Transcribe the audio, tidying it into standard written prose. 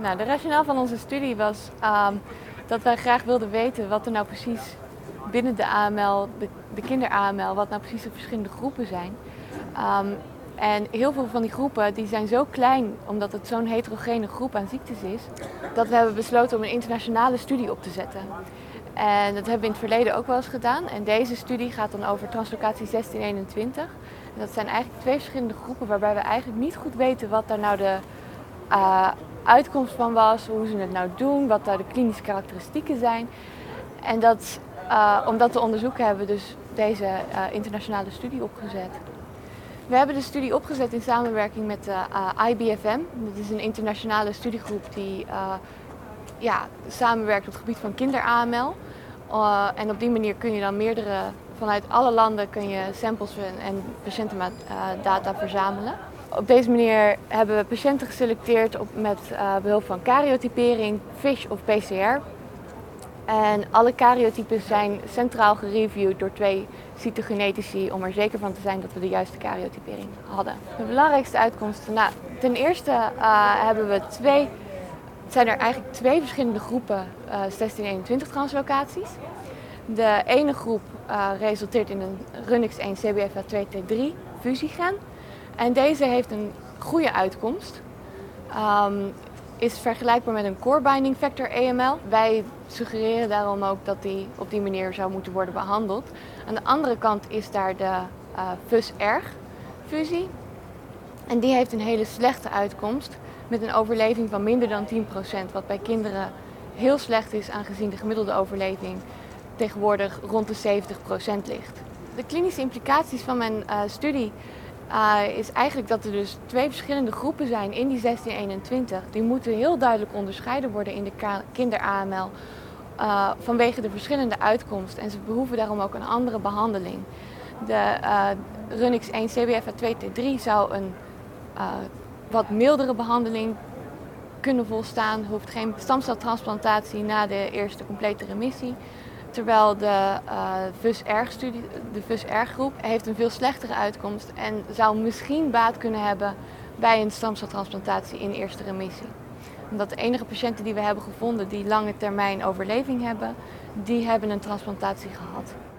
Nou, de rationale van onze studie was dat wij graag wilden weten wat er nou precies binnen de AML, de kinder-AML, wat nou precies de verschillende groepen zijn. En heel veel van die groepen die zijn zo klein, omdat het zo'n heterogene groep aan ziektes is, dat we hebben besloten om een internationale studie op te zetten. En dat hebben we in het verleden ook wel eens gedaan. En deze studie gaat dan over translocatie 1621. En dat zijn eigenlijk twee verschillende groepen waarbij we eigenlijk niet goed weten wat daar nou de uitkomst van was, hoe ze het nou doen, wat daar de klinische karakteristieken zijn. En om dat te onderzoeken hebben we dus deze internationale studie opgezet. We hebben de studie opgezet in samenwerking met de IBFM. Dat is een internationale studiegroep die samenwerkt op het gebied van kinder-AML. En op die manier kun je dan vanuit alle landen kun je samples en patiëntendata verzamelen. Op deze manier hebben we patiënten geselecteerd met behulp van karyotypering, FISH of PCR. En alle karyotypes zijn centraal gereviewd door 2 cytogenetici om er zeker van te zijn dat we de juiste karyotypering hadden. De belangrijkste uitkomsten, ten eerste zijn er eigenlijk 2 verschillende groepen 1621 translocaties. De ene groep resulteert in een RUNX1 CBFA2T3 fusiegen. En deze heeft een goede uitkomst. Is vergelijkbaar met een core binding factor AML. Wij suggereren daarom ook dat die op die manier zou moeten worden behandeld. Aan de andere kant is daar de FUS-ERG fusie. En die heeft een hele slechte uitkomst met een overleving van minder dan 10%. Wat bij kinderen heel slecht is aangezien de gemiddelde overleving tegenwoordig rond de 70% ligt. De klinische implicaties van mijn studie is eigenlijk dat er dus 2 verschillende groepen zijn in die 1621. Die moeten heel duidelijk onderscheiden worden in de kinder-AML vanwege de verschillende uitkomst. En ze behoeven daarom ook een andere behandeling. De RUNX1 CBFA2T3 zou een wat mildere behandeling kunnen volstaan. Hoeft geen stamceltransplantatie na de eerste complete remissie. Terwijl de FUS-ERG-groep heeft een veel slechtere uitkomst en zou misschien baat kunnen hebben bij een stamceltransplantatie in eerste remissie. Omdat de enige patiënten die we hebben gevonden die lange termijn overleving hebben, die hebben een transplantatie gehad.